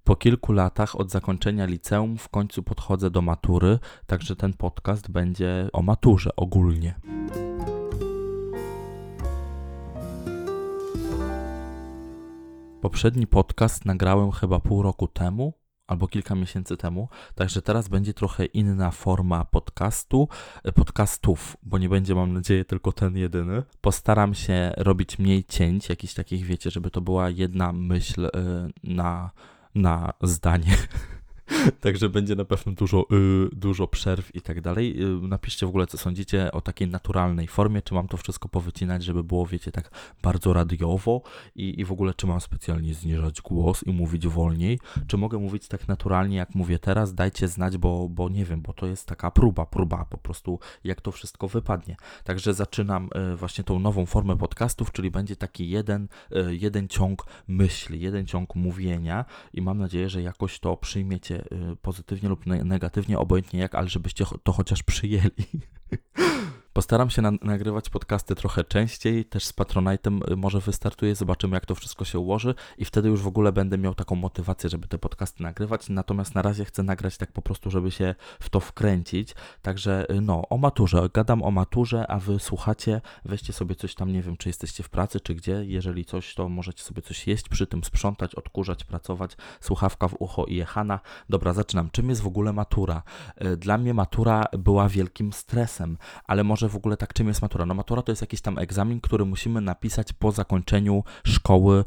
Po kilku latach od zakończenia liceum w końcu podchodzę do matury, także ten podcast będzie o maturze ogólnie. Poprzedni podcast nagrałem chyba pół roku temu, albo kilka miesięcy temu, także teraz będzie trochę inna forma podcastów, bo nie będzie, mam nadzieję, tylko ten jedyny. Postaram się robić mniej cięć, jakichś takich, wiecie, żeby to była jedna myśl na zdanie. Także będzie na pewno dużo przerw i tak dalej. Napiszcie w ogóle, co sądzicie o takiej naturalnej formie, czy mam to wszystko powycinać, żeby było, wiecie, tak bardzo radiowo i w ogóle, czy mam specjalnie zniżać głos i mówić wolniej, czy mogę mówić tak naturalnie, jak mówię teraz. Dajcie znać, bo nie wiem, bo to jest taka próba po prostu, jak to wszystko wypadnie. Także zaczynam właśnie tą nową formę podcastów, czyli będzie taki jeden ciąg myśli, jeden ciąg mówienia i mam nadzieję, że jakoś to przyjmiecie pozytywnie lub negatywnie, obojętnie jak, ale żebyście to chociaż przyjęli. Postaram się nagrywać podcasty trochę częściej, też z Patronite'em może wystartuję, zobaczymy, jak to wszystko się ułoży i wtedy już w ogóle będę miał taką motywację, żeby te podcasty nagrywać, natomiast na razie chcę nagrać tak po prostu, żeby się w to wkręcić, także o maturze, gadam o maturze, a wy słuchacie, weźcie sobie coś tam, nie wiem, czy jesteście w pracy, czy gdzie, jeżeli coś, to możecie sobie coś jeść, przy tym sprzątać, odkurzać, pracować, słuchawka w ucho i jechana. Dobra, zaczynam. Czym jest w ogóle matura? Dla mnie matura była wielkim stresem, ale może w ogóle tak, czym jest matura? No matura to jest jakiś tam egzamin, który musimy napisać po zakończeniu szkoły,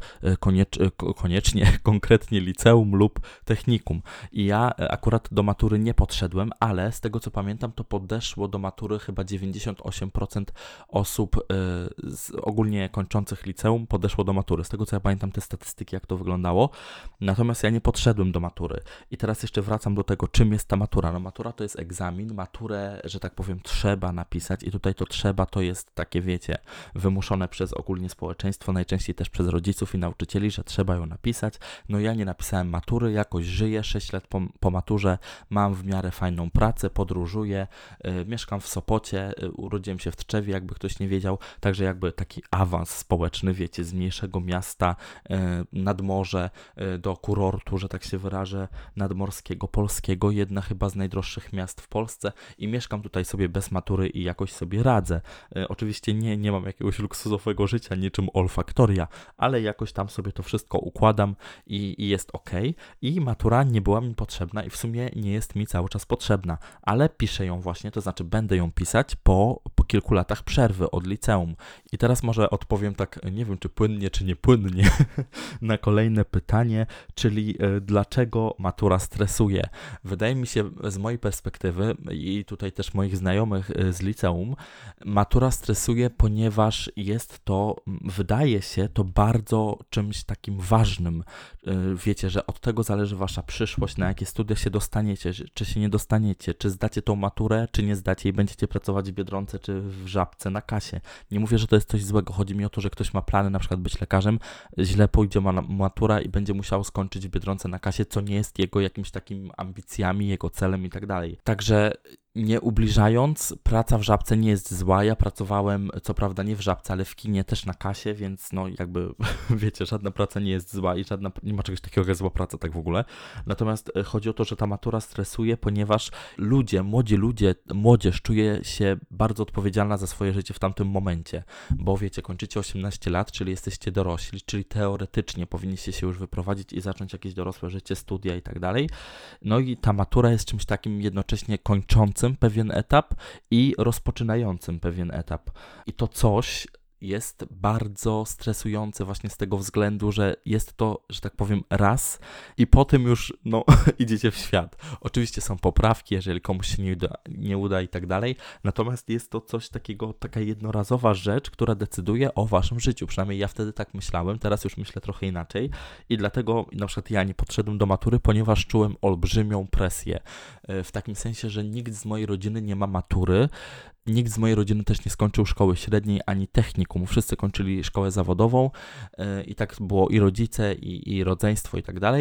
konkretnie liceum lub technikum. I ja akurat do matury nie podszedłem, ale z tego co pamiętam, to podeszło do matury chyba 98% osób ogólnie kończących liceum podeszło do matury. Z tego co ja pamiętam te statystyki, jak to wyglądało. Natomiast ja nie podszedłem do matury. I teraz jeszcze wracam do tego, czym jest ta matura. No matura to jest egzamin, maturę, że tak powiem, trzeba napisać i tutaj to trzeba, to jest takie, wiecie, wymuszone przez ogólnie społeczeństwo, najczęściej też przez rodziców i nauczycieli, że trzeba ją napisać. No ja nie napisałem matury, jakoś żyję, 6 lat po maturze, mam w miarę fajną pracę, podróżuję, mieszkam w Sopocie, urodziłem się w Tczewie, jakby ktoś nie wiedział, także jakby taki awans społeczny, wiecie, z mniejszego miasta nad morze do kurortu, że tak się wyrażę, nadmorskiego, polskiego, jedna chyba z najdroższych miast w Polsce i mieszkam tutaj sobie bez matury i jakoś sobie radzę. Oczywiście nie mam jakiegoś luksusowego życia, niczym olfaktoria, ale jakoś tam sobie to wszystko układam i jest okej. I matura nie była mi potrzebna i w sumie nie jest mi cały czas potrzebna, ale piszę ją właśnie, to znaczy będę ją pisać po kilku latach przerwy od liceum. I teraz może odpowiem tak, nie wiem czy płynnie, czy nie płynnie, na kolejne pytanie, czyli dlaczego matura stresuje? Wydaje mi się z mojej perspektywy i tutaj też moich znajomych z liceum, matura stresuje, ponieważ jest to, wydaje się, to bardzo czymś takim ważnym. Wiecie, że od tego zależy wasza przyszłość, na jakie studia się dostaniecie, czy się nie dostaniecie, czy zdacie tą maturę, czy nie zdacie i będziecie pracować w Biedronce, czy w Żabce na kasie. Nie mówię, że to jest coś złego, chodzi mi o to, że ktoś ma plany na przykład być lekarzem, źle pójdzie matura i będzie musiał skończyć w Biedronce na kasie, co nie jest jego jakimś takim ambicjami, jego celem i tak dalej. Także nie ubliżając, praca w Żabce nie jest zła. Ja pracowałem, co prawda nie w Żabce, ale w kinie też na kasie, więc no jakby, wiecie, żadna praca nie jest zła i nie ma czegoś takiego jak zła praca, tak w ogóle. Natomiast chodzi o to, że ta matura stresuje, ponieważ młodzież czuje się bardzo odpowiedzialna za swoje życie w tamtym momencie, bo wiecie, kończycie 18 lat, czyli jesteście dorośli, czyli teoretycznie powinniście się już wyprowadzić i zacząć jakieś dorosłe życie, studia i tak dalej. No i ta matura jest czymś takim jednocześnie kończącym pewien etap i rozpoczynającym pewien etap. I to coś jest bardzo stresujące właśnie z tego względu, że jest to, że tak powiem, raz i potem już, idziecie w świat. Oczywiście są poprawki, jeżeli komuś się nie uda i tak dalej, natomiast jest to coś takiego, taka jednorazowa rzecz, która decyduje o waszym życiu. Przynajmniej ja wtedy tak myślałem, teraz już myślę trochę inaczej i dlatego na przykład ja nie podszedłem do matury, ponieważ czułem olbrzymią presję. W takim sensie, że nikt z mojej rodziny nie ma matury, nikt z mojej rodziny też nie skończył szkoły średniej ani technikum. Wszyscy kończyli szkołę zawodową i tak było i rodzice, i rodzeństwo i tak dalej.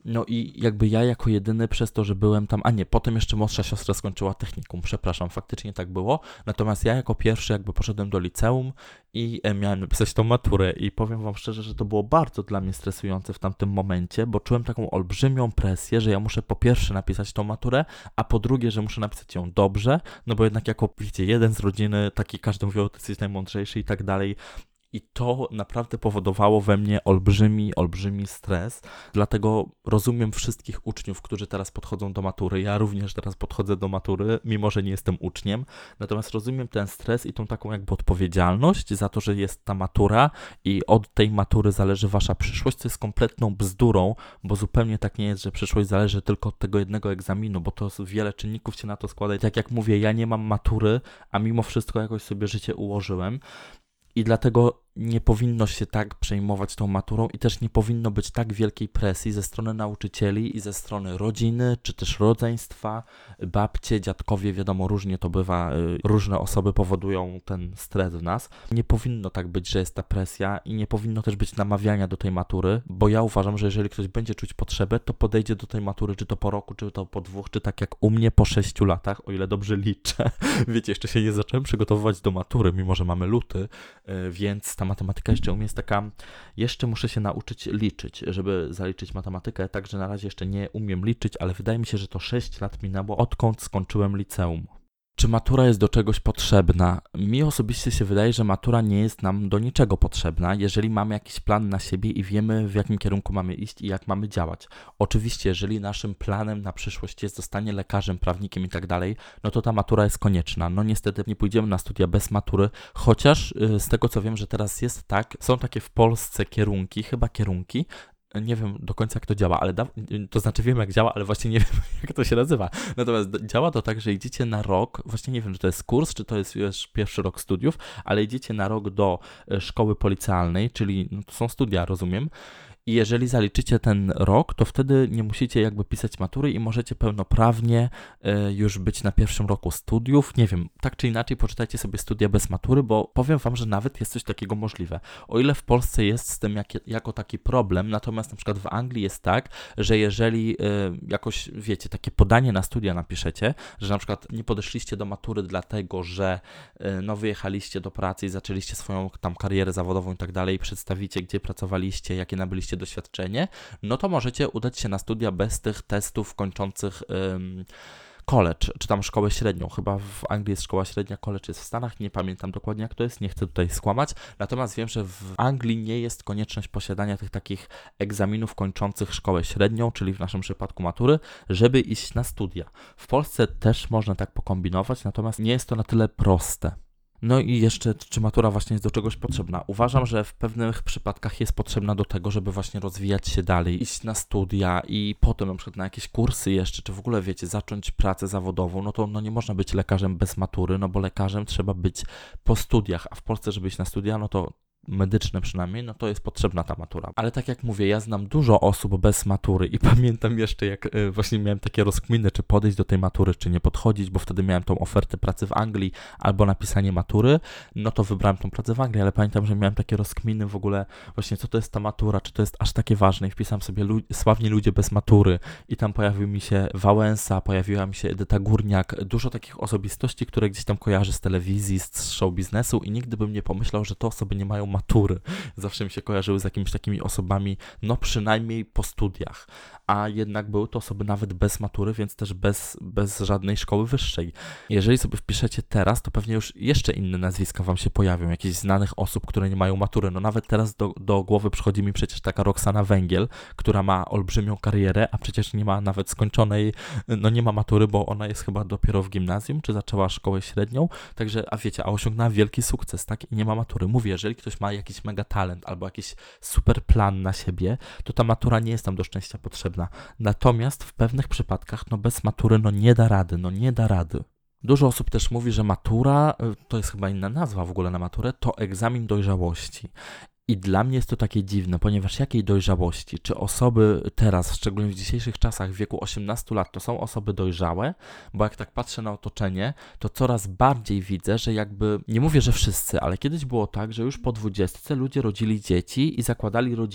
No i jakby ja jako jedyny przez to, że byłem tam, a nie, potem jeszcze młodsza siostra skończyła technikum, przepraszam, faktycznie tak było. Natomiast ja jako pierwszy jakby poszedłem do liceum i miałem napisać tą maturę i powiem wam szczerze, że to było bardzo dla mnie stresujące w tamtym momencie, bo czułem taką olbrzymią presję, że ja muszę po pierwsze napisać tą maturę, a po drugie, że muszę napisać ją dobrze, no bo jednak jako, wiecie, jeden z rodziny, taki każdy mówił, ty jesteś najmądrzejszy i tak dalej. I to naprawdę powodowało we mnie olbrzymi stres. Dlatego rozumiem wszystkich uczniów, którzy teraz podchodzą do matury. Ja również teraz podchodzę do matury, mimo że nie jestem uczniem. Natomiast rozumiem ten stres i tą taką jakby odpowiedzialność za to, że jest ta matura i od tej matury zależy wasza przyszłość, co jest kompletną bzdurą, bo zupełnie tak nie jest, że przyszłość zależy tylko od tego jednego egzaminu, bo to wiele czynników się na to składa. I tak jak mówię, ja nie mam matury, a mimo wszystko jakoś sobie życie ułożyłem. I dlatego nie powinno się tak przejmować tą maturą i też nie powinno być tak wielkiej presji ze strony nauczycieli i ze strony rodziny, czy też rodzeństwa, babcie, dziadkowie, wiadomo, różnie to bywa, różne osoby powodują ten stres w nas. Nie powinno tak być, że jest ta presja i nie powinno też być namawiania do tej matury, bo ja uważam, że jeżeli ktoś będzie czuć potrzebę, to podejdzie do tej matury, czy to po roku, czy to po 2, czy tak jak u mnie po 6 latach, o ile dobrze liczę. Wiecie, jeszcze się nie zacząłem przygotowywać do matury, mimo że mamy luty, więc ta matematyka jeszcze u mnie jest taka, jeszcze muszę się nauczyć liczyć, żeby zaliczyć matematykę, także na razie jeszcze nie umiem liczyć, ale wydaje mi się, że to 6 lat minęło, odkąd skończyłem liceum. Czy matura jest do czegoś potrzebna? Mi osobiście się wydaje, że matura nie jest nam do niczego potrzebna, jeżeli mamy jakiś plan na siebie i wiemy, w jakim kierunku mamy iść i jak mamy działać. Oczywiście, jeżeli naszym planem na przyszłość jest zostanie lekarzem, prawnikiem i tak dalej, no to ta matura jest konieczna. No niestety nie pójdziemy na studia bez matury, chociaż z tego co wiem, że teraz jest tak, są takie w Polsce kierunki, nie wiem do końca jak to działa, ale to znaczy wiem jak działa, ale właśnie nie wiem jak to się nazywa. Natomiast działa to tak, że idziecie na rok, właśnie nie wiem, czy to jest kurs, czy to jest już pierwszy rok studiów, ale idziecie na rok do szkoły policjalnej, czyli no to są studia, rozumiem. I jeżeli zaliczycie ten rok, to wtedy nie musicie jakby pisać matury i możecie pełnoprawnie już być na pierwszym roku studiów. Nie wiem, tak czy inaczej poczytajcie sobie studia bez matury, bo powiem wam, że nawet jest coś takiego możliwe. O ile w Polsce jest z tym jako taki problem, natomiast na przykład w Anglii jest tak, że jeżeli jakoś, wiecie, takie podanie na studia napiszecie, że na przykład nie podeszliście do matury dlatego, że no wyjechaliście do pracy i zaczęliście swoją tam karierę zawodową i tak dalej, przedstawicie, gdzie pracowaliście, jakie nabyliście doświadczenie, no to możecie udać się na studia bez tych testów kończących college, czy tam szkołę średnią. Chyba w Anglii jest szkoła średnia, college jest w Stanach, nie pamiętam dokładnie jak to jest, nie chcę tutaj skłamać, natomiast wiem, że w Anglii nie jest konieczność posiadania tych takich egzaminów kończących szkołę średnią, czyli w naszym przypadku matury, żeby iść na studia. W Polsce też można tak pokombinować, natomiast nie jest to na tyle proste. No i jeszcze, czy matura właśnie jest do czegoś potrzebna? Uważam, że w pewnych przypadkach jest potrzebna do tego, żeby właśnie rozwijać się dalej, iść na studia i potem na przykład na jakieś kursy jeszcze, czy w ogóle, wiecie, zacząć pracę zawodową, no to nie można być lekarzem bez matury, no bo lekarzem trzeba być po studiach, a w Polsce, żeby iść na studia, no to medyczne przynajmniej, no to jest potrzebna ta matura. Ale tak jak mówię, ja znam dużo osób bez matury i pamiętam jeszcze jak właśnie miałem takie rozkminy, czy podejść do tej matury, czy nie podchodzić, bo wtedy miałem tą ofertę pracy w Anglii albo napisanie matury, no to wybrałem tą pracę w Anglii, ale pamiętam, że miałem takie rozkminy w ogóle właśnie co to jest ta matura, czy to jest aż takie ważne i wpisałem sobie sławni ludzie bez matury i tam pojawił mi się Wałęsa, pojawiła mi się Edyta Górniak, dużo takich osobistości, które gdzieś tam kojarzy z telewizji, z show biznesu i nigdy bym nie pomyślał, że te osoby nie mają matury. Zawsze mi się kojarzyły z jakimiś takimi osobami, no przynajmniej po studiach, a jednak były to osoby nawet bez matury, więc też bez żadnej szkoły wyższej. Jeżeli sobie wpiszecie teraz, to pewnie już jeszcze inne nazwiska wam się pojawią, jakichś znanych osób, które nie mają matury. No nawet teraz do głowy przychodzi mi przecież taka Roxana Węgiel, która ma olbrzymią karierę, a przecież nie ma nawet skończonej, no nie ma matury, bo ona jest chyba dopiero w gimnazjum, czy zaczęła szkołę średnią, także, a wiecie, a osiągnęła wielki sukces, tak? I nie ma matury. Mówię, jeżeli ktoś ma jakiś mega talent albo jakiś super plan na siebie, to ta matura nie jest tam do szczęścia potrzebna. Natomiast w pewnych przypadkach, no bez matury, no nie da rady. Dużo osób też mówi, że matura, to jest chyba inna nazwa w ogóle na maturę, to egzamin dojrzałości. I dla mnie jest to takie dziwne, ponieważ jakiej dojrzałości? Czy osoby teraz, szczególnie w dzisiejszych czasach, w wieku 18 lat, to są osoby dojrzałe? Bo jak tak patrzę na otoczenie, to coraz bardziej widzę, że jakby, nie mówię, że wszyscy, ale kiedyś było tak, że już po 20 ludzie rodzili dzieci i zakładali rodziny.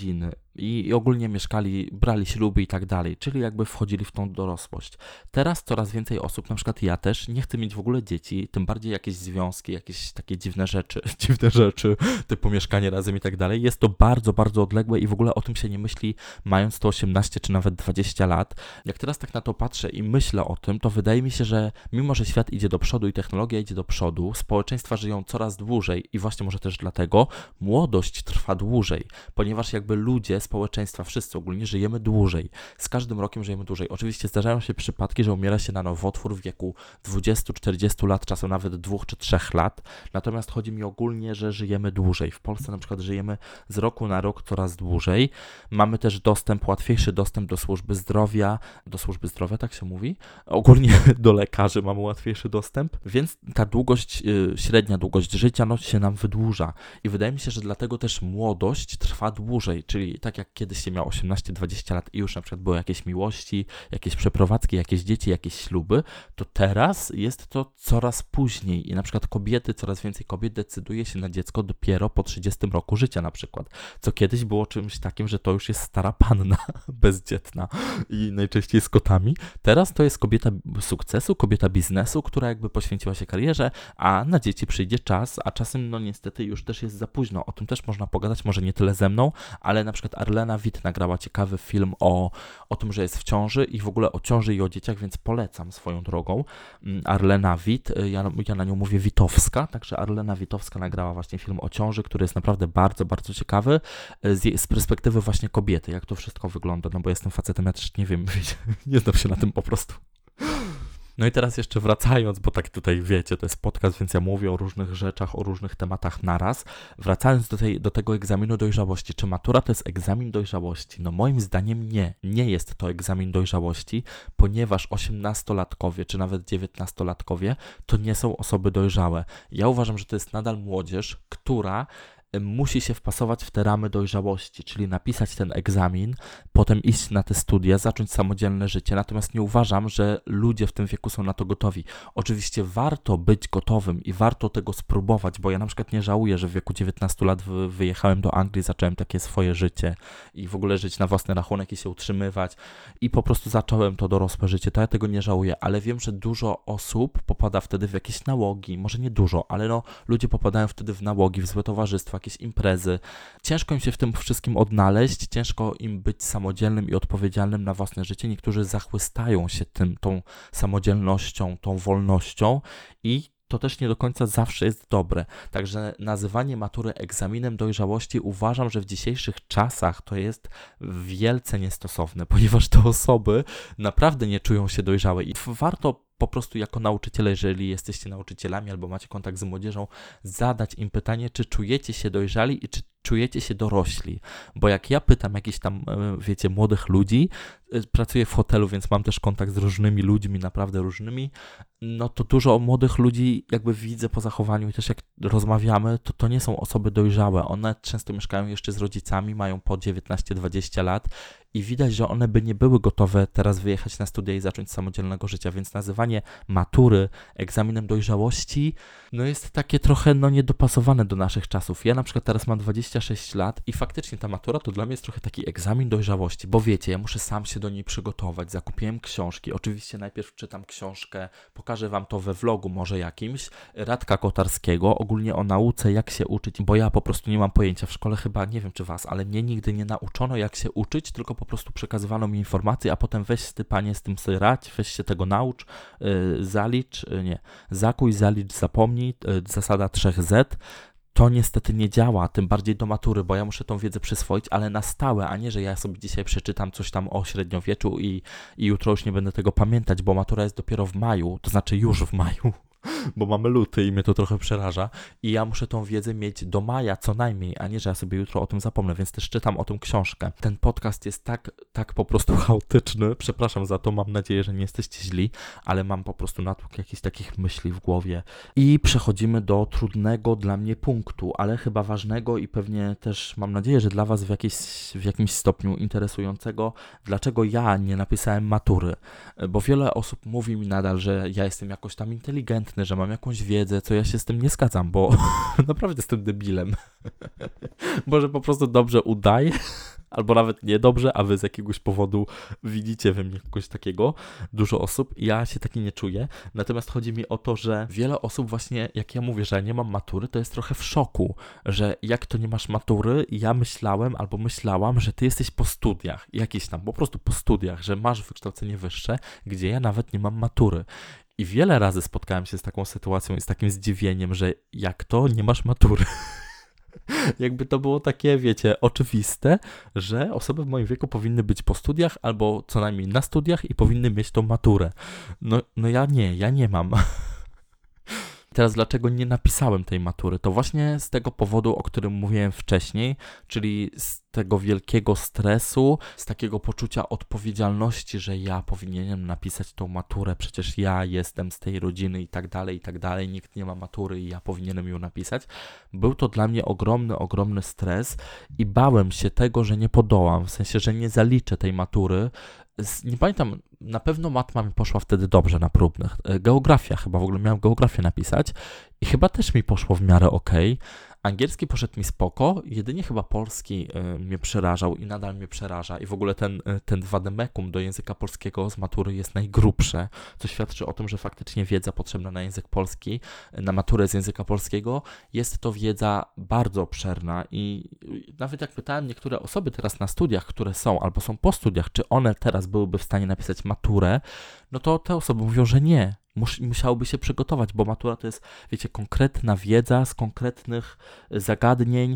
I ogólnie mieszkali, brali śluby i tak dalej, czyli jakby wchodzili w tą dorosłość. Teraz coraz więcej osób, na przykład ja też, nie chcę mieć w ogóle dzieci, tym bardziej jakieś związki, jakieś takie dziwne rzeczy, typu mieszkanie razem i tak dalej. Jest to bardzo, bardzo odległe i w ogóle o tym się nie myśli, mając to 18 czy nawet 20 lat. Jak teraz tak na to patrzę i myślę o tym, to wydaje mi się, że mimo, że świat idzie do przodu i technologia idzie do przodu, społeczeństwa żyją coraz dłużej i właśnie może też dlatego młodość trwa dłużej, ponieważ jakby ludzie, społeczeństwa, wszyscy ogólnie żyjemy dłużej. Z każdym rokiem żyjemy dłużej. Oczywiście zdarzają się przypadki, że umiera się na nowotwór w wieku 20-40 lat, czasem nawet 2 czy 3 lat. Natomiast chodzi mi ogólnie, że żyjemy dłużej. W Polsce na przykład żyjemy z roku na rok coraz dłużej. Mamy też łatwiejszy dostęp do służby zdrowia, tak się mówi? Ogólnie do lekarzy mamy łatwiejszy dostęp, więc ta średnia długość życia się nam wydłuża. I wydaje mi się, że dlatego też młodość trwa dłużej, czyli tak jak kiedyś się miał 18-20 lat i już na przykład były jakieś miłości, jakieś przeprowadzki, jakieś dzieci, jakieś śluby, to teraz jest to coraz później i na przykład coraz więcej kobiet decyduje się na dziecko dopiero po 30 roku życia na przykład, co kiedyś było czymś takim, że to już jest stara panna bezdzietna i najczęściej z kotami. Teraz to jest kobieta sukcesu, kobieta biznesu, która jakby poświęciła się karierze, a na dzieci przyjdzie czas, a czasem no niestety już też jest za późno. O tym też można pogadać, może nie tyle ze mną, ale na przykład Arlena Witt nagrała ciekawy film o tym, że jest w ciąży i w ogóle o ciąży i o dzieciach, więc polecam swoją drogą. Arlena Witt, ja na nią mówię Witowska, także Arlena Witowska nagrała właśnie film o ciąży, który jest naprawdę bardzo, bardzo ciekawy z perspektywy właśnie kobiety, jak to wszystko wygląda, no bo jestem facetem, ja też nie wiem, nie znam się na tym po prostu. No i teraz jeszcze wracając, bo tak tutaj wiecie, to jest podcast, więc ja mówię o różnych rzeczach, o różnych tematach naraz. Wracając do tego egzaminu dojrzałości. Czy matura to jest egzamin dojrzałości? No moim zdaniem nie jest to egzamin dojrzałości, ponieważ 18-latkowie, czy nawet 19-latkowie to nie są osoby dojrzałe. Ja uważam, że to jest nadal młodzież, która musi się wpasować w te ramy dojrzałości, czyli napisać ten egzamin, potem iść na te studia, zacząć samodzielne życie. Natomiast nie uważam, że ludzie w tym wieku są na to gotowi. Oczywiście warto być gotowym i warto tego spróbować, bo ja na przykład nie żałuję, że w wieku 19 lat wyjechałem do Anglii, zacząłem takie swoje życie i w ogóle żyć na własny rachunek i się utrzymywać i po prostu zacząłem to dorosłe życie. To ja tego nie żałuję, ale wiem, że dużo osób popada wtedy w jakieś nałogi, może nie dużo, ale no ludzie popadają wtedy w nałogi, w złe towarzystwa, jakieś imprezy. Ciężko im się w tym wszystkim odnaleźć, ciężko im być samodzielnym i odpowiedzialnym na własne życie. Niektórzy zachłystają się tą samodzielnością, tą wolnością i to też nie do końca zawsze jest dobre. Także nazywanie matury egzaminem dojrzałości uważam, że w dzisiejszych czasach to jest wielce niestosowne, ponieważ te osoby naprawdę nie czują się dojrzałe i warto po prostu jako nauczyciele, jeżeli jesteście nauczycielami albo macie kontakt z młodzieżą, zadać im pytanie, czy czujecie się dojrzali i czy czujecie się dorośli. Bo jak ja pytam jakichś tam, wiecie, młodych ludzi, pracuję w hotelu, więc mam też kontakt z różnymi ludźmi, naprawdę różnymi, no to dużo młodych ludzi jakby widzę po zachowaniu i też jak rozmawiamy, to nie są osoby dojrzałe. One często mieszkają jeszcze z rodzicami, mają po 19-20 lat i widać, że one by nie były gotowe teraz wyjechać na studia i zacząć samodzielnego życia, więc nazywanie matury egzaminem dojrzałości no jest takie trochę niedopasowane do naszych czasów. Ja na przykład teraz mam 26 lat i faktycznie ta matura to dla mnie jest trochę taki egzamin dojrzałości, bo wiecie, ja muszę sam się do niej przygotować, zakupiłem książki, oczywiście najpierw czytam książkę, pokażę wam to we vlogu może jakimś, Radka Kotarskiego, ogólnie o nauce, jak się uczyć, bo ja po prostu nie mam pojęcia, w szkole chyba, nie wiem czy was, ale mnie nigdy nie nauczono jak się uczyć, tylko po prostu przekazywano mi informacje, a potem weź ty panie z tym syrać, weź się tego naucz, zakuj, zalicz, zapomnij, zasada 3Z. To niestety nie działa, tym bardziej do matury, bo ja muszę tą wiedzę przyswoić, ale na stałe, a nie, że ja sobie dzisiaj przeczytam coś tam o średniowieczu i jutro już nie będę tego pamiętać, bo matura jest dopiero w maju, to znaczy już w maju, bo mamy luty i mnie to trochę przeraża i ja muszę tą wiedzę mieć do maja co najmniej, a nie, że ja sobie jutro o tym zapomnę, więc też czytam o tym książkę. Ten podcast jest tak po prostu chaotyczny, przepraszam za to, mam nadzieję, że nie jesteście źli, ale mam po prostu natłok jakichś takich myśli w głowie. I przechodzimy do trudnego dla mnie punktu, ale chyba ważnego i pewnie też mam nadzieję, że dla was w jakimś stopniu interesującego, dlaczego ja nie napisałem matury, bo wiele osób mówi mi nadal, że ja jestem jakoś tam inteligentny, że mam jakąś wiedzę, co ja się z tym nie zgadzam, bo naprawdę jestem debilem. Może po prostu dobrze udaję, albo nawet niedobrze, a wy z jakiegoś powodu widzicie we mnie kogoś takiego, dużo osób, ja się taki nie czuję, natomiast chodzi mi o to, że wiele osób właśnie, jak ja mówię, że ja nie mam matury, to jest trochę w szoku, że jak to nie masz matury, ja myślałem albo myślałam, że ty jesteś po studiach, jakieś tam, po prostu po studiach, że masz wykształcenie wyższe, gdzie ja nawet nie mam matury. I wiele razy spotkałem się z taką sytuacją i z takim zdziwieniem, że jak to nie masz matury? Jakby to było takie, wiecie, oczywiste, że osoby w moim wieku powinny być po studiach albo co najmniej na studiach i powinny mieć tą maturę. No ja nie mam. Teraz dlaczego nie napisałem tej matury? To właśnie z tego powodu, o którym mówiłem wcześniej, czyli z tego wielkiego stresu, z takiego poczucia odpowiedzialności, że ja powinienem napisać tą maturę, przecież ja jestem z tej rodziny i tak dalej, nikt nie ma matury i ja powinienem ją napisać. Był to dla mnie ogromny stres i bałem się tego, że nie podołam, w sensie, że nie zaliczę tej matury. Nie pamiętam, na pewno matma mi poszła wtedy dobrze na próbnych. Geografia, chyba w ogóle miałem geografię napisać i chyba też mi poszło w miarę okej. Angielski poszedł mi spoko, jedynie chyba polski mnie przerażał i nadal mnie przeraża i w ogóle ten wademekum do języka polskiego z matury jest najgrubsze, co świadczy o tym, że faktycznie wiedza potrzebna na język polski, na maturę z języka polskiego, jest to wiedza bardzo obszerna i nawet jak pytałem niektóre osoby teraz na studiach, które są albo są po studiach, czy one teraz byłyby w stanie napisać maturę, no to te osoby mówią, że nie. Musiałoby się przygotować, bo matura to jest, wiecie, konkretna wiedza z konkretnych zagadnień,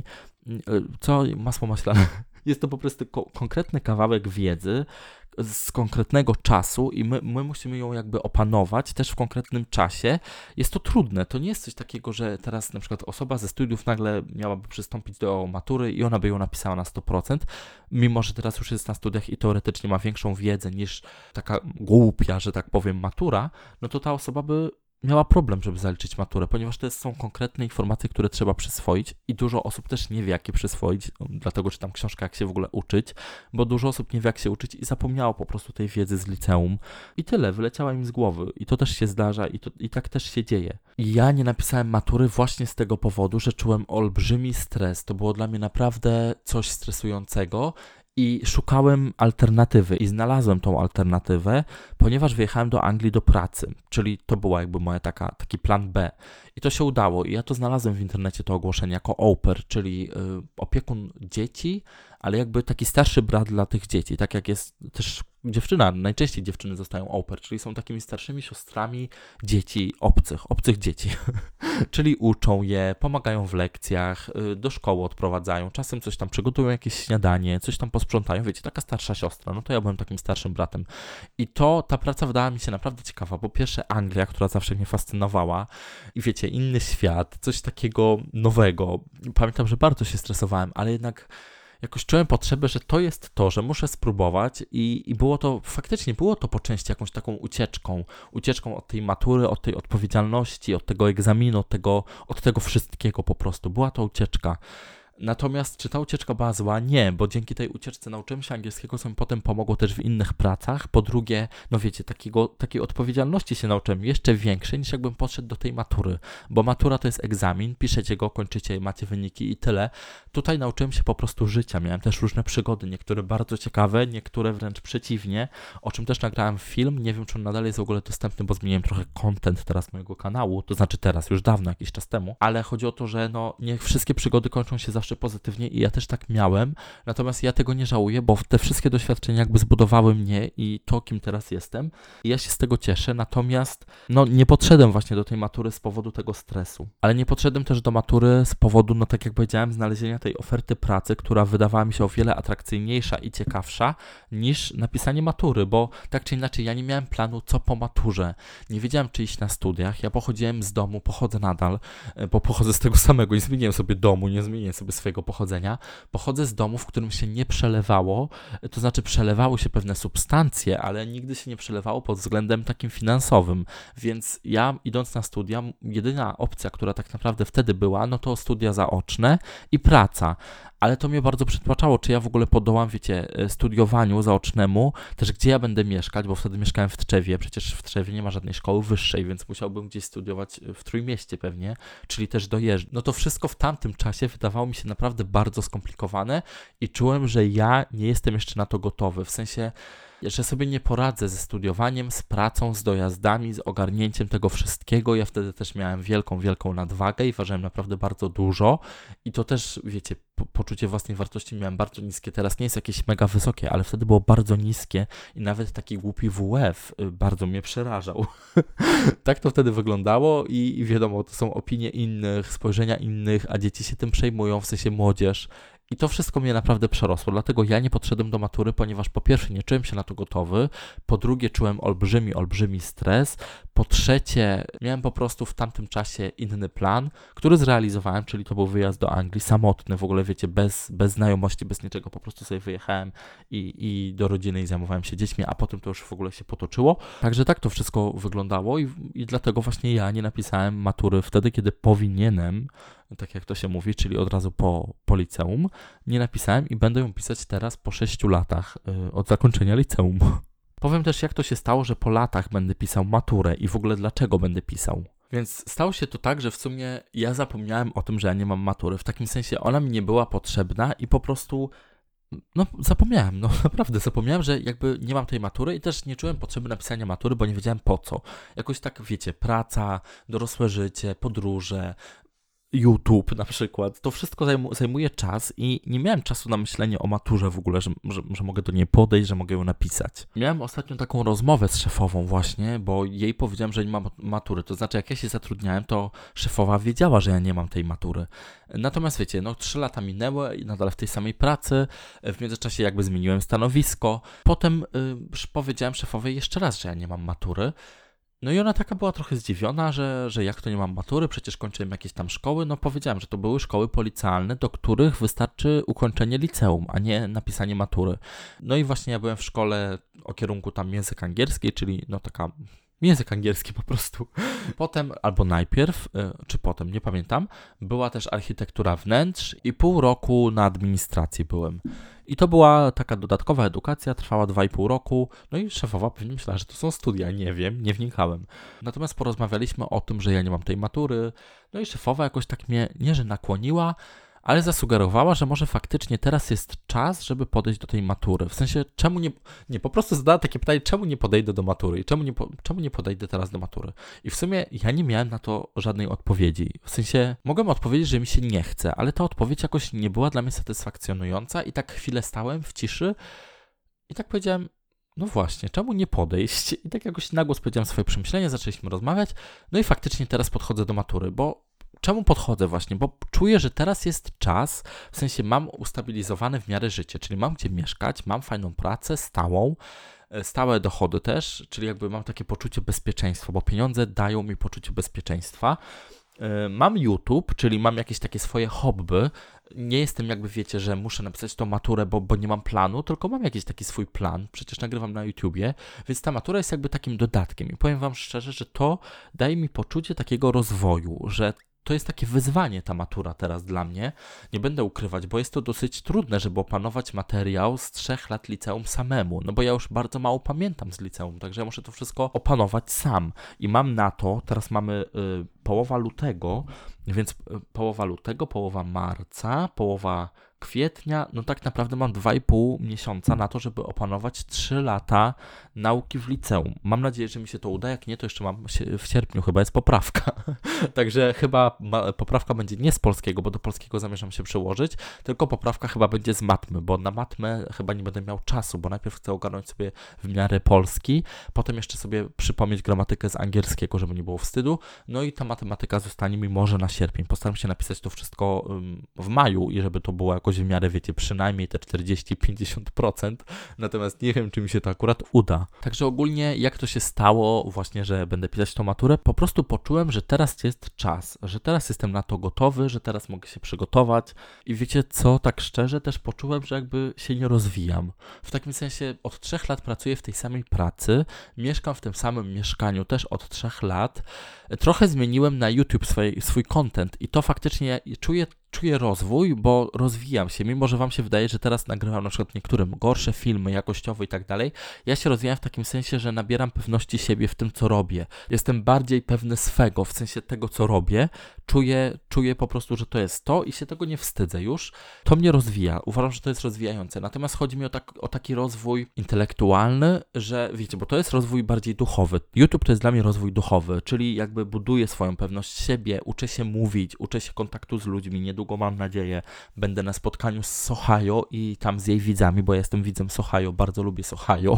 co masło maślane. Jest to po prostu konkretny kawałek wiedzy z konkretnego czasu i my musimy ją jakby opanować też w konkretnym czasie. Jest to trudne, to nie jest coś takiego, że teraz na przykład osoba ze studiów nagle miałaby przystąpić do matury i ona by ją napisała na 100%, mimo że teraz już jest na studiach i teoretycznie ma większą wiedzę niż taka głupia, że tak powiem, matura, no to ta osoba by miała problem, żeby zaliczyć maturę, ponieważ to są konkretne informacje, które trzeba przyswoić i dużo osób też nie wie, jak je przyswoić, dlatego czytam książkę, jak się w ogóle uczyć, bo dużo osób nie wie, jak się uczyć i zapomniało po prostu tej wiedzy z liceum i tyle, wyleciała im z głowy i to też się zdarza i tak też się dzieje. I ja nie napisałem matury właśnie z tego powodu, że czułem olbrzymi stres, to było dla mnie naprawdę coś stresującego i szukałem alternatywy i znalazłem tą alternatywę, ponieważ wyjechałem do Anglii do pracy, czyli to była jakby moja taki plan B. I to się udało i ja to znalazłem w internecie, to ogłoszenie jako au pair, czyli opiekun dzieci, ale jakby taki starszy brat dla tych dzieci, tak jak jest też dziewczyna, najczęściej dziewczyny zostają au pair, czyli są takimi starszymi siostrami dzieci, obcych dzieci, czyli uczą je, pomagają w lekcjach, do szkoły odprowadzają, czasem coś tam przygotują, jakieś śniadanie, coś tam posprzątają, wiecie, taka starsza siostra, no to ja byłem takim starszym bratem i ta praca wydała mi się naprawdę ciekawa, po pierwsze Anglia, która zawsze mnie fascynowała i wiecie, inny świat, coś takiego nowego, pamiętam, że bardzo się stresowałem, ale jednak jakoś czułem potrzebę, że to jest to, że muszę spróbować i faktycznie było to po części jakąś taką ucieczką od tej matury, od tej odpowiedzialności, od tego egzaminu, od tego wszystkiego po prostu. Była to ucieczka. Natomiast czy ta ucieczka była zła? Nie, bo dzięki tej ucieczce nauczyłem się angielskiego, co mi potem pomogło też w innych pracach. Po drugie, no wiecie, takiej odpowiedzialności się nauczyłem jeszcze większej, niż jakbym podszedł do tej matury, bo matura to jest egzamin, piszecie go, kończycie, macie wyniki i tyle. Tutaj nauczyłem się po prostu życia, miałem też różne przygody, niektóre bardzo ciekawe, niektóre wręcz przeciwnie, o czym też nagrałem film, nie wiem, czy on nadal jest w ogóle dostępny, bo zmieniłem trochę content teraz mojego kanału, to znaczy teraz, już dawno, jakiś czas temu, ale chodzi o to, że no niech wszystkie przygody kończą się zawsze pozytywnie i ja też tak miałem, natomiast ja tego nie żałuję, bo te wszystkie doświadczenia jakby zbudowały mnie i to, kim teraz jestem i ja się z tego cieszę, natomiast no nie podszedłem właśnie do tej matury z powodu tego stresu, ale nie podszedłem też do matury z powodu, no tak jak powiedziałem, znalezienia tej oferty pracy, która wydawała mi się o wiele atrakcyjniejsza i ciekawsza niż napisanie matury, bo tak czy inaczej ja nie miałem planu co po maturze, nie wiedziałem czy iść na studiach, ja pochodziłem z domu, pochodzę nadal, bo pochodzę z tego samego, nie zmieniłem sobie domu, nie zmieniłem sobie swojego pochodzenia, pochodzę z domu, w którym się nie przelewało, to znaczy przelewały się pewne substancje, ale nigdy się nie przelewało pod względem takim finansowym, więc ja idąc na studia, jedyna opcja, która tak naprawdę wtedy była, no to studia zaoczne i praca, ale to mnie bardzo przytłaczało, czy ja w ogóle podołam, wiecie, studiowaniu zaocznemu, też gdzie ja będę mieszkać, bo wtedy mieszkałem w Tczewie, przecież w Tczewie nie ma żadnej szkoły wyższej, więc musiałbym gdzieś studiować w Trójmieście pewnie, czyli też dojeżdżać. No to wszystko w tamtym czasie wydawało mi się sensie naprawdę bardzo skomplikowane i czułem, że ja nie jestem jeszcze na to gotowy, w sensie, że sobie nie poradzę ze studiowaniem, z pracą, z dojazdami, z ogarnięciem tego wszystkiego. Ja wtedy też miałem wielką nadwagę i ważyłem naprawdę bardzo dużo i to też, wiecie, poczucie własnej wartości miałem bardzo niskie. Teraz nie jest jakieś mega wysokie, ale wtedy było bardzo niskie i nawet taki głupi WF bardzo mnie przerażał. Tak to wtedy wyglądało i wiadomo, to są opinie innych, spojrzenia innych, a dzieci się tym przejmują, w sensie młodzież. I to wszystko mnie naprawdę przerosło, dlatego ja nie podszedłem do matury, ponieważ po pierwsze nie czułem się na to gotowy, po drugie czułem olbrzymi stres, po trzecie miałem po prostu w tamtym czasie inny plan, który zrealizowałem, czyli to był wyjazd do Anglii, samotny, w ogóle wiecie, bez znajomości, bez niczego, po prostu sobie wyjechałem i do rodziny i zajmowałem się dziećmi, a potem to już w ogóle się potoczyło. Także tak to wszystko wyglądało i dlatego właśnie ja nie napisałem matury wtedy, kiedy powinienem, tak jak to się mówi, czyli od razu po liceum, nie napisałem i będę ją pisać teraz po 6 latach od zakończenia liceum. Powiem też, jak to się stało, że po latach będę pisał maturę i w ogóle dlaczego będę pisał. Więc stało się to tak, że w sumie ja zapomniałem o tym, że ja nie mam matury. W takim sensie ona mi nie była potrzebna i po prostu zapomniałem, naprawdę zapomniałem, że jakby nie mam tej matury i też nie czułem potrzeby napisania matury, bo nie wiedziałem po co. Jakoś tak, wiecie, praca, dorosłe życie, podróże, YouTube na przykład, to wszystko zajmuje czas i nie miałem czasu na myślenie o maturze w ogóle, że mogę do niej podejść, że mogę ją napisać. Miałem ostatnio taką rozmowę z szefową właśnie, bo jej powiedziałem, że nie mam matury, to znaczy jak ja się zatrudniałem, to szefowa wiedziała, że ja nie mam tej matury. Natomiast wiecie, 3 lata minęły i nadal w tej samej pracy, w międzyczasie jakby zmieniłem stanowisko, potem powiedziałem szefowej jeszcze raz, że ja nie mam matury. No i ona taka była trochę zdziwiona, że jak to nie mam matury, przecież kończyłem jakieś tam szkoły. No powiedziałem, że to były szkoły policealne, do których wystarczy ukończenie liceum, a nie napisanie matury. No i właśnie ja byłem w szkole o kierunku tam język angielski, czyli taka język angielski po prostu. Potem, albo najpierw, czy potem, nie pamiętam, była też architektura wnętrz i pół roku na administracji byłem. I to była taka dodatkowa edukacja, trwała 2,5 roku, no i szefowa pewnie myślała, że to są studia, nie wiem, nie wnikałem. Natomiast porozmawialiśmy o tym, że ja nie mam tej matury, no i szefowa jakoś tak mnie, nie że nakłoniła, ale zasugerowała, że może faktycznie teraz jest czas, żeby podejść do tej matury. W sensie, czemu nie po prostu zadała takie pytanie, czemu nie podejdę do matury i czemu nie podejdę teraz do matury. I w sumie ja nie miałem na to żadnej odpowiedzi. W sensie, mogłem odpowiedzieć, że mi się nie chce, ale ta odpowiedź jakoś nie była dla mnie satysfakcjonująca i tak chwilę stałem w ciszy i tak powiedziałem, no właśnie, czemu nie podejść? I tak jakoś na głos powiedziałem swoje przemyślenia, zaczęliśmy rozmawiać, no i faktycznie teraz podchodzę do matury, bo czemu podchodzę właśnie? Bo czuję, że teraz jest czas, w sensie mam ustabilizowane w miarę życie, czyli mam gdzie mieszkać, mam fajną pracę, stałe dochody też, czyli jakby mam takie poczucie bezpieczeństwa, bo pieniądze dają mi poczucie bezpieczeństwa. Mam YouTube, czyli mam jakieś takie swoje hobby. Nie jestem jakby, wiecie, że muszę napisać tą maturę, bo nie mam planu, tylko mam jakiś taki swój plan. Przecież nagrywam na YouTubie, więc ta matura jest jakby takim dodatkiem. I powiem wam szczerze, że to daje mi poczucie takiego rozwoju, że to jest takie wyzwanie ta matura teraz dla mnie. Nie będę ukrywać, bo jest to dosyć trudne, żeby opanować materiał z 3 lat liceum samemu. No bo ja już bardzo mało pamiętam z liceum, także ja muszę to wszystko opanować sam. I mam na to, teraz mamy połowa lutego, więc połowa lutego, połowa marca, połowa kwietnia, no tak naprawdę mam 2,5 miesiąca na to, żeby opanować 3 lata nauki w liceum. Mam nadzieję, że mi się to uda, jak nie, to jeszcze mam w sierpniu chyba jest poprawka. Także chyba poprawka będzie nie z polskiego, bo do polskiego zamierzam się przełożyć, tylko poprawka chyba będzie z matmy, bo na matmę chyba nie będę miał czasu, bo najpierw chcę ogarnąć sobie w miarę polski, potem jeszcze sobie przypomnieć gramatykę z angielskiego, żeby nie było wstydu, no i ta matematyka zostanie mi może na sierpień. Postaram się napisać to wszystko w maju i żeby to było jakoś w miarę, wiecie, przynajmniej te 40-50%, natomiast nie wiem, czy mi się to akurat uda. Także ogólnie, jak to się stało właśnie, że będę pisać tą maturę, po prostu poczułem, że teraz jest czas, że teraz jestem na to gotowy, że teraz mogę się przygotować i wiecie co, tak szczerze też poczułem, że jakby się nie rozwijam. W takim sensie od 3 lat pracuję w tej samej pracy, mieszkam w tym samym mieszkaniu też od 3 lat, trochę zmieniłem na YouTube swój content i to faktycznie czuję czuję rozwój, bo rozwijam się, mimo że wam się wydaje, że teraz nagrywam na przykład niektórym gorsze filmy jakościowe i tak dalej, ja się rozwijam w takim sensie, że nabieram pewności siebie w tym, co robię. Jestem bardziej pewny swego, w sensie tego, co robię. Czuję po prostu, że to jest to i się tego nie wstydzę już. To mnie rozwija. Uważam, że to jest rozwijające. Natomiast chodzi mi o taki rozwój intelektualny, że wiecie, bo to jest rozwój bardziej duchowy. YouTube to jest dla mnie rozwój duchowy, czyli jakby buduję swoją pewność siebie, uczę się mówić, uczę się kontaktu z ludźmi. Niedługo, mam nadzieję, będę na spotkaniu z Sohajo i tam z jej widzami, bo ja jestem widzem Sohajo, bardzo lubię Sohajo.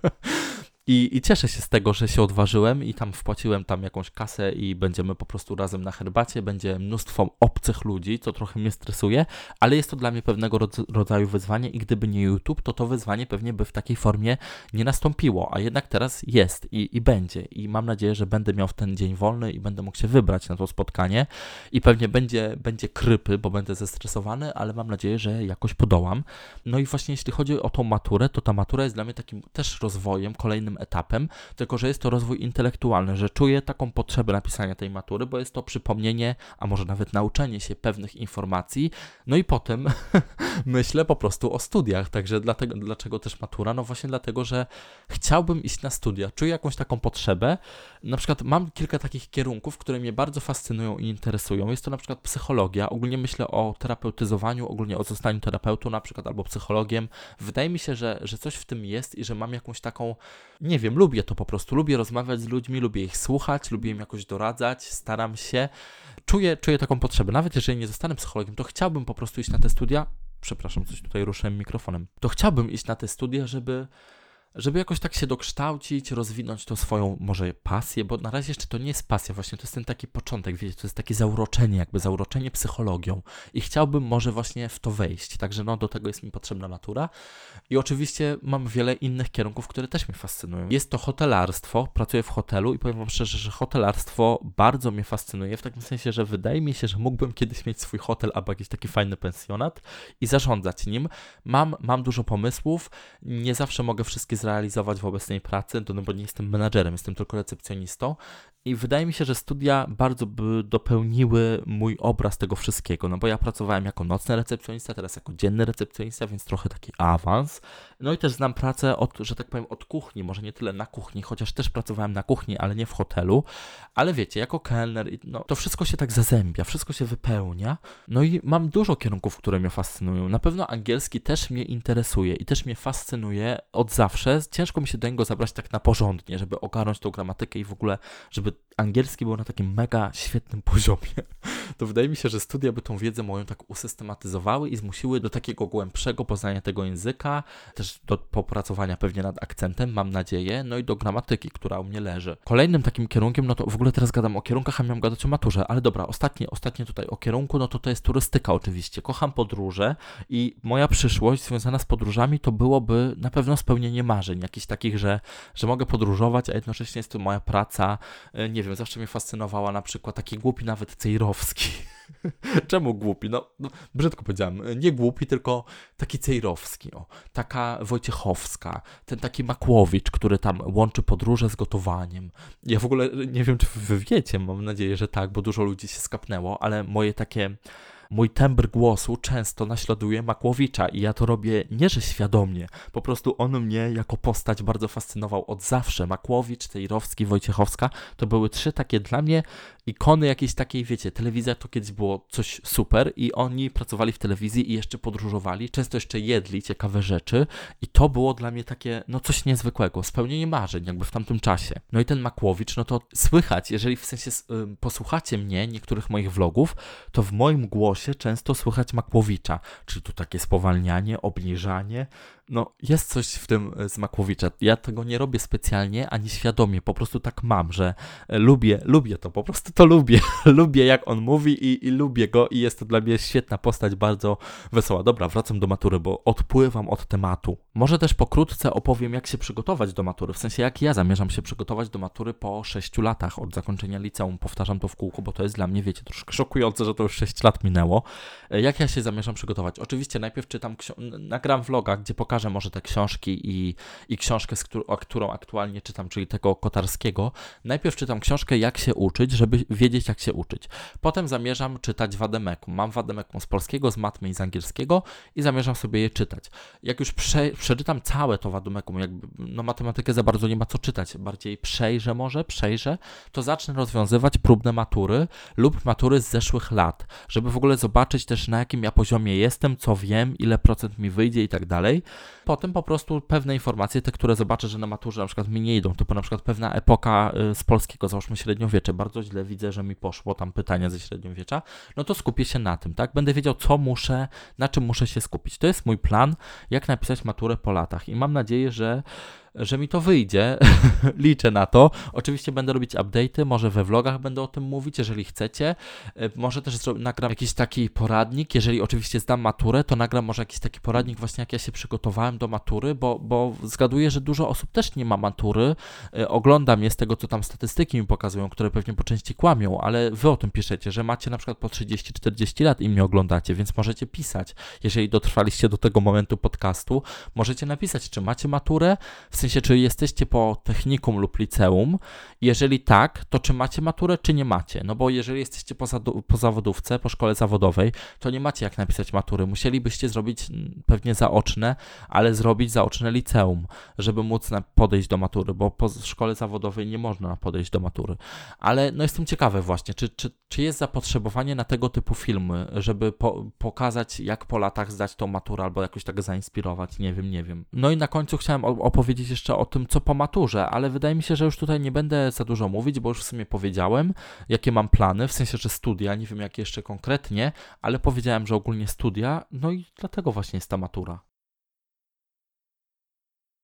I cieszę się z tego, że się odważyłem i tam wpłaciłem tam jakąś kasę i będziemy po prostu razem na herbacie, będzie mnóstwo obcych ludzi, co trochę mnie stresuje, ale jest to dla mnie pewnego rodzaju wyzwanie i gdyby nie YouTube, to wyzwanie pewnie by w takiej formie nie nastąpiło, a jednak teraz jest i będzie i mam nadzieję, że będę miał w ten dzień wolny i będę mógł się wybrać na to spotkanie i pewnie będzie krypy, bo będę zestresowany, ale mam nadzieję, że jakoś podołam. No i właśnie jeśli chodzi o tą maturę, to ta matura jest dla mnie takim też rozwojem, kolejnym etapem, tylko że jest to rozwój intelektualny, że czuję taką potrzebę napisania tej matury, bo jest to przypomnienie, a może nawet nauczenie się pewnych informacji, no i potem myślę po prostu o studiach, także dlaczego też matura? No właśnie dlatego, że chciałbym iść na studia, czuję jakąś taką potrzebę, na przykład mam kilka takich kierunków, które mnie bardzo fascynują i interesują, jest to na przykład psychologia, ogólnie myślę o terapeutyzowaniu, ogólnie o zostaniu terapeutą na przykład albo psychologiem, wydaje mi się, że coś w tym jest i że mam jakąś taką, nie wiem, lubię to po prostu, lubię rozmawiać z ludźmi, lubię ich słuchać, lubię im jakoś doradzać, staram się, czuję taką potrzebę, nawet jeżeli nie zostanę psychologiem, to chciałbym po prostu iść na te studia, przepraszam, coś tutaj ruszyłem mikrofonem, to chciałbym iść na te studia, żeby jakoś tak się dokształcić, rozwinąć tą swoją może pasję, bo na razie jeszcze to nie jest pasja, właśnie to jest ten taki początek, wiecie, to jest takie zauroczenie psychologią i chciałbym może właśnie w to wejść, także no do tego jest mi potrzebna matura i oczywiście mam wiele innych kierunków, które też mnie fascynują. Jest to hotelarstwo, pracuję w hotelu i powiem wam szczerze, że hotelarstwo bardzo mnie fascynuje, w takim sensie, że wydaje mi się, że mógłbym kiedyś mieć swój hotel albo jakiś taki fajny pensjonat i zarządzać nim. Mam dużo pomysłów, nie zawsze mogę wszystkie zrealizować w obecnej pracy, no bo nie jestem menadżerem, jestem tylko recepcjonistą i wydaje mi się, że studia bardzo by dopełniły mój obraz tego wszystkiego, no bo ja pracowałem jako nocny recepcjonista, teraz jako dzienny recepcjonista, więc trochę taki awans. No i też znam pracę że tak powiem, od kuchni, może nie tyle na kuchni, chociaż też pracowałem na kuchni, ale nie w hotelu, ale wiecie, jako kelner, no to wszystko się tak zazębia, wszystko się wypełnia, no i mam dużo kierunków, które mnie fascynują. Na pewno angielski też mnie interesuje i też mnie fascynuje od zawsze. Ciężko mi się do niego zabrać tak na porządnie, żeby ogarnąć tą gramatykę i w ogóle, żeby angielski był na takim mega świetnym poziomie. To wydaje mi się, że studia by tą wiedzę moją tak usystematyzowały i zmusiły do takiego głębszego poznania tego języka, też do popracowania pewnie nad akcentem, mam nadzieję, no i do gramatyki, która u mnie leży. Kolejnym takim kierunkiem, no to w ogóle teraz gadam o kierunkach, a miałem gadać o maturze, ale dobra, ostatnie tutaj o kierunku, no to jest turystyka oczywiście. Kocham podróże i moja przyszłość związana z podróżami to byłoby na pewno spełnienie marzeń, jakichś takich, że mogę podróżować, a jednocześnie jest to moja praca. Nie wiem, zawsze mnie fascynowała na przykład taki głupi nawet Cejrowski. Czemu głupi? No, brzydko powiedziałem, nie głupi, tylko taki Cejrowski, taka Wojciechowska, ten taki Makłowicz, który tam łączy podróże z gotowaniem. Ja w ogóle nie wiem, czy wy wiecie, mam nadzieję, że tak, bo dużo ludzi się skapnęło, ale mój tembr głosu często naśladuje Makłowicza i ja to robię nie, że świadomie, po prostu on mnie jako postać bardzo fascynował od zawsze. Makłowicz, Cejrowski, Wojciechowska to były trzy takie dla mnie ikony jakiejś takiej, wiecie, telewizja to kiedyś było coś super i oni pracowali w telewizji i jeszcze podróżowali, często jeszcze jedli ciekawe rzeczy i to było dla mnie takie, no coś niezwykłego, spełnienie marzeń jakby w tamtym czasie. No i ten Makłowicz, no to słychać, jeżeli w sensie posłuchacie mnie, niektórych moich vlogów, to w moim głosie często słychać Makłowicza, czyli tu takie spowalnianie, obniżanie, no jest coś w tym z Makłowicza. Ja tego nie robię specjalnie, ani świadomie, po prostu tak mam, że lubię to, po prostu to lubię. Lubię jak on mówi i lubię go i jest to dla mnie świetna postać, bardzo wesoła. Dobra, wracam do matury, bo odpływam od tematu. Może też pokrótce opowiem, jak się przygotować do matury, w sensie jak ja zamierzam się przygotować do matury po 6 latach od zakończenia liceum. Powtarzam to w kółko, bo to jest dla mnie, wiecie, troszkę szokujące, że to już 6 lat minęło. Jak ja się zamierzam przygotować? Oczywiście najpierw czytam, nagram vloga, gdzie pokażę pokażę może te książki i książkę, którą aktualnie czytam, czyli tego Kotarskiego. Najpierw czytam książkę Jak się uczyć, żeby wiedzieć, jak się uczyć. Potem zamierzam czytać Wademekum. Mam Wademekum z polskiego, z matmy i z angielskiego i zamierzam sobie je czytać. Jak już przeczytam całe to Wademekum, jakby matematykę za bardzo nie ma co czytać, bardziej przejrzę, to zacznę rozwiązywać próbne matury lub matury z zeszłych lat, żeby w ogóle zobaczyć też, na jakim ja poziomie jestem, co wiem, ile procent mi wyjdzie i tak dalej. Potem po prostu pewne informacje, te, które zobaczę, że na maturze na przykład mi nie idą, typu na przykład pewna epoka z polskiego, załóżmy średniowiecze, bardzo źle widzę, że mi poszło tam pytania ze średniowiecza, no to skupię się na tym, tak? Będę wiedział, na czym muszę się skupić. To jest mój plan, jak napisać maturę po latach i mam nadzieję, że mi to wyjdzie, liczę na to. Oczywiście będę robić update'y, może we vlogach będę o tym mówić, jeżeli chcecie. Może też nagram jakiś taki poradnik, jeżeli oczywiście zdam maturę, to nagram może jakiś taki poradnik właśnie jak ja się przygotowałem do matury, bo zgaduję, że dużo osób też nie ma matury. Oglądam je z tego, co tam statystyki mi pokazują, które pewnie po części kłamią, ale wy o tym piszecie, że macie na przykład po 30-40 lat i mnie oglądacie, więc możecie pisać. Jeżeli dotrwaliście do tego momentu podcastu, możecie napisać, czy macie maturę, w sensie, czy jesteście po technikum lub liceum. Jeżeli tak, to czy macie maturę, czy nie macie? No bo jeżeli jesteście po zawodówce, po szkole zawodowej, to nie macie jak napisać matury. Musielibyście zrobić pewnie zaoczne, ale zrobić zaoczne liceum, żeby móc podejść do matury, bo po szkole zawodowej nie można podejść do matury. Ale no jestem ciekawy właśnie, czy jest zapotrzebowanie na tego typu filmy, żeby pokazać, jak po latach zdać tą maturę, albo jakoś tak zainspirować, nie wiem. No i na końcu chciałem opowiedzieć jeszcze o tym, co po maturze, ale wydaje mi się, że już tutaj nie będę za dużo mówić, bo już w sumie powiedziałem, jakie mam plany, w sensie, że studia, nie wiem jakie jeszcze konkretnie, ale powiedziałem, że ogólnie studia, no i dlatego właśnie jest ta matura.